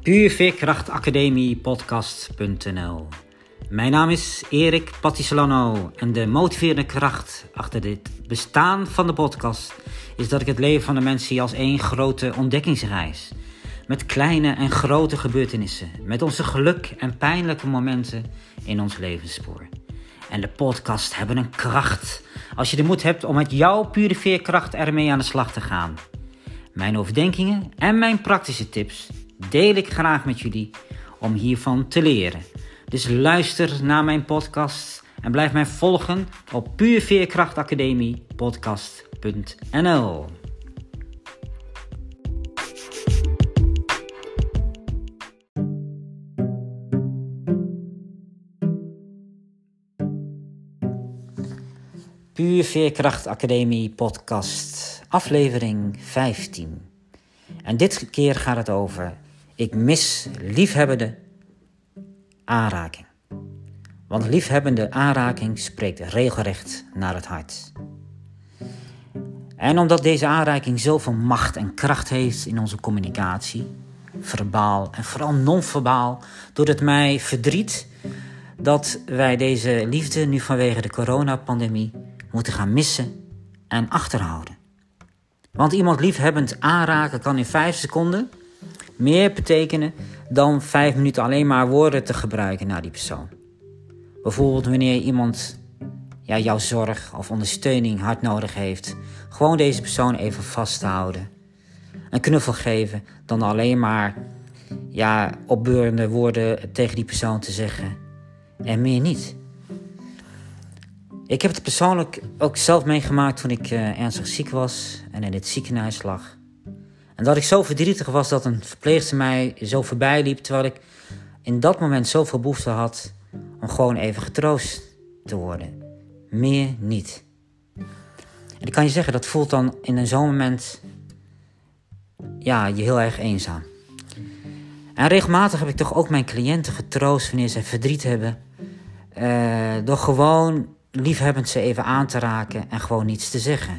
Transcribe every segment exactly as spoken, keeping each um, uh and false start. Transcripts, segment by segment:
puur veerkracht academie podcast punt n l. Mijn naam is Erik Pattisolano en de motiverende kracht achter dit bestaan van de podcast is dat ik het leven van de mensen zie als één grote ontdekkingsreis. Met kleine en grote gebeurtenissen, met onze geluk en pijnlijke momenten in ons levensspoor. En de podcasts hebben een kracht als je de moed hebt om met jouw pure veerkracht ermee aan de slag te gaan. Mijn overdenkingen en mijn praktische tips deel ik graag met jullie om hiervan te leren. Dus luister naar mijn podcast en blijf mij volgen op puur veerkracht academie podcast punt n l. Puur Veerkracht Academie podcast, aflevering vijftien. En dit keer gaat het over, ik mis liefhebbende aanraking. Want liefhebbende aanraking spreekt regelrecht naar het hart. En omdat deze aanraking zoveel macht en kracht heeft in onze communicatie, verbaal en vooral non-verbaal, doet het mij verdriet dat wij deze liefde nu vanwege de coronapandemie moeten gaan missen en achterhouden. Want iemand liefhebbend aanraken kan in vijf seconden meer betekenen dan vijf minuten alleen maar woorden te gebruiken naar die persoon. Bijvoorbeeld wanneer iemand ja, jouw zorg of ondersteuning hard nodig heeft, gewoon deze persoon even vasthouden. Een knuffel geven dan alleen maar ja, opbeurende woorden tegen die persoon te zeggen en meer niet. Ik heb het persoonlijk ook zelf meegemaakt toen ik uh, ernstig ziek was en in het ziekenhuis lag. En dat ik zo verdrietig was dat een verpleegster mij zo voorbij liep, terwijl ik in dat moment zoveel behoefte had om gewoon even getroost te worden. Meer niet. En ik kan je zeggen, dat voelt dan in zo'n moment ja, je heel erg eenzaam. En regelmatig heb ik toch ook mijn cliënten getroost wanneer ze verdriet hebben, uh, door gewoon liefhebbend ze even aan te raken en gewoon niets te zeggen.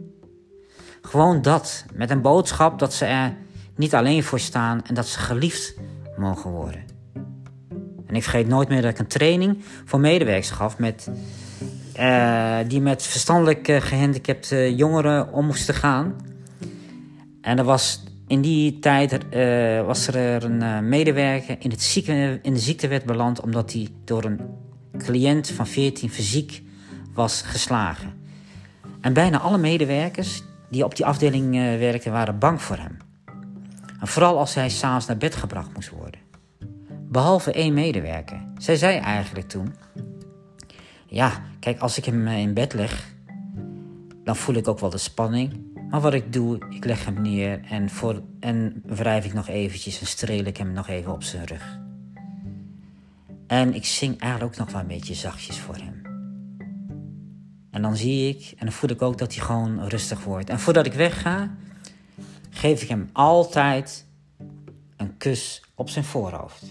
Gewoon dat, met een boodschap dat ze er niet alleen voor staan en dat ze geliefd mogen worden. En ik vergeet nooit meer dat ik een training voor medewerkers gaf met, uh, die met verstandelijk uh, gehandicapte jongeren om moesten gaan. En er was in die tijd uh, was er een uh, medewerker in, het zieke, in de ziektewet beland omdat hij door een cliënt van veertien fysiek was geslagen. En bijna alle medewerkers die op die afdeling uh, werkten waren bang voor hem. En vooral als hij 's avonds naar bed gebracht moest worden. Behalve één medewerker. Zij zei eigenlijk toen, ja, kijk, als ik hem uh, in bed leg, dan voel ik ook wel de spanning. Maar wat ik doe, ik leg hem neer en, voor, en wrijf ik nog eventjes en streel ik hem nog even op zijn rug. En ik zing eigenlijk ook nog wel een beetje zachtjes voor hem. En dan zie ik en dan voel ik ook dat hij gewoon rustig wordt. En voordat ik wegga, geef ik hem altijd een kus op zijn voorhoofd.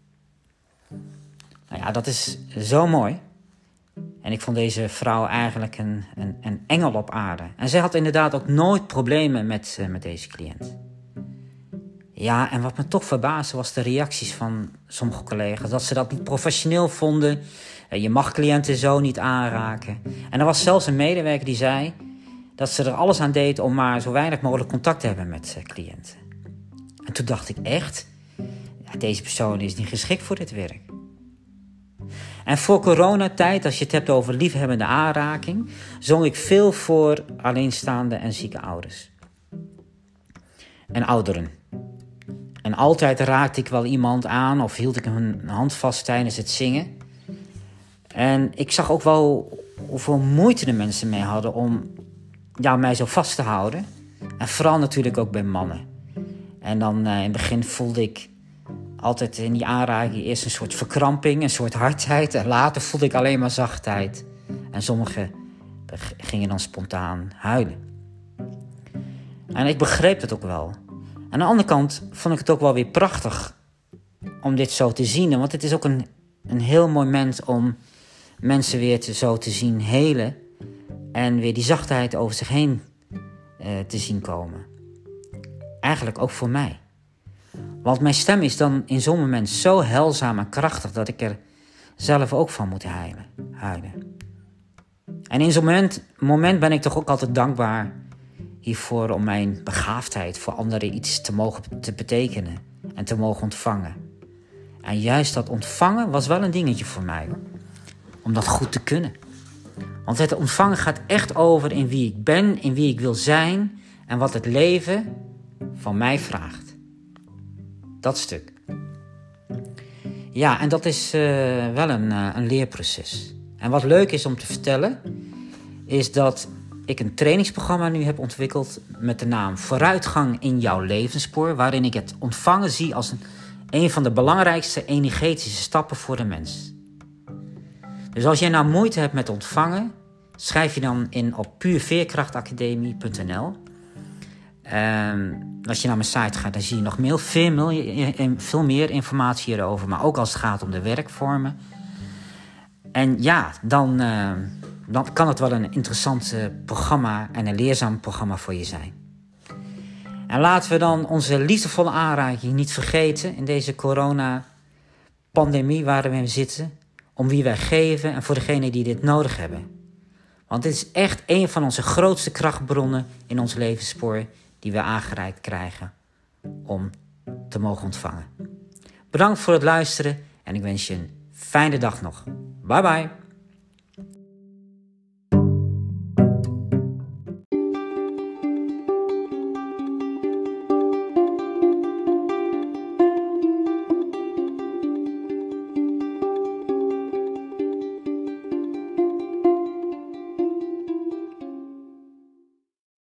Nou ja, dat is zo mooi. En ik vond deze vrouw eigenlijk een, een, een engel op aarde. En zij had inderdaad ook nooit problemen met, uh, met deze cliënt. Ja, en wat me toch verbaasde was de reacties van sommige collega's. Dat ze dat niet professioneel vonden. Je mag cliënten zo niet aanraken. En er was zelfs een medewerker die zei dat ze er alles aan deed om maar zo weinig mogelijk contact te hebben met cliënten. En toen dacht ik echt, ja, deze persoon is niet geschikt voor dit werk. En voor coronatijd, als je het hebt over liefhebbende aanraking, zong ik veel voor alleenstaande en zieke ouders. En ouderen. En altijd raakte ik wel iemand aan of hield ik een hand vast tijdens het zingen. En ik zag ook wel hoeveel moeite de mensen mee hadden om ja, mij zo vast te houden. En vooral natuurlijk ook bij mannen. En dan uh, in het begin voelde ik altijd in die aanraking eerst een soort verkramping, een soort hardheid. En later voelde ik alleen maar zachtheid. En sommigen gingen dan spontaan huilen. En ik begreep het ook wel. Aan de andere kant vond ik het ook wel weer prachtig om dit zo te zien. Want het is ook een, een heel mooi moment om mensen weer te, zo te zien helen. En weer die zachtheid over zich heen uh, te zien komen. Eigenlijk ook voor mij. Want mijn stem is dan in zo'n moment zo heilzaam en krachtig dat ik er zelf ook van moet huilen. huilen. En in zo'n moment, moment ben ik toch ook altijd dankbaar hiervoor om mijn begaafdheid voor anderen iets te mogen te betekenen en te mogen ontvangen. En juist dat ontvangen was wel een dingetje voor mij, hoor. Om dat goed te kunnen. Want het ontvangen gaat echt over in wie ik ben, in wie ik wil zijn en wat het leven van mij vraagt. Dat stuk. Ja, en dat is uh, wel een, uh, een leerproces. En wat leuk is om te vertellen, is dat ik een trainingsprogramma nu heb ontwikkeld met de naam Vooruitgang in jouw levensspoor, waarin ik het ontvangen zie als een, een van de belangrijkste energetische stappen voor de mens. Dus als jij nou moeite hebt met ontvangen, schrijf je dan in op puur veerkracht academie punt n l. Um, als je naar mijn site gaat, dan zie je nog meer, veel, meer, veel meer informatie hierover. Maar ook als het gaat om de werkvormen. En ja, dan, uh, dan kan het wel een interessant uh, programma en een leerzaam programma voor je zijn. En laten we dan onze liefdevolle aanraking niet vergeten in deze corona-pandemie waar we in zitten. Om wie wij geven en voor degenen die dit nodig hebben. Want dit is echt een van onze grootste krachtbronnen in ons levensspoor die we aangereikt krijgen om te mogen ontvangen. Bedankt voor het luisteren en ik wens je een fijne dag nog. Bye bye.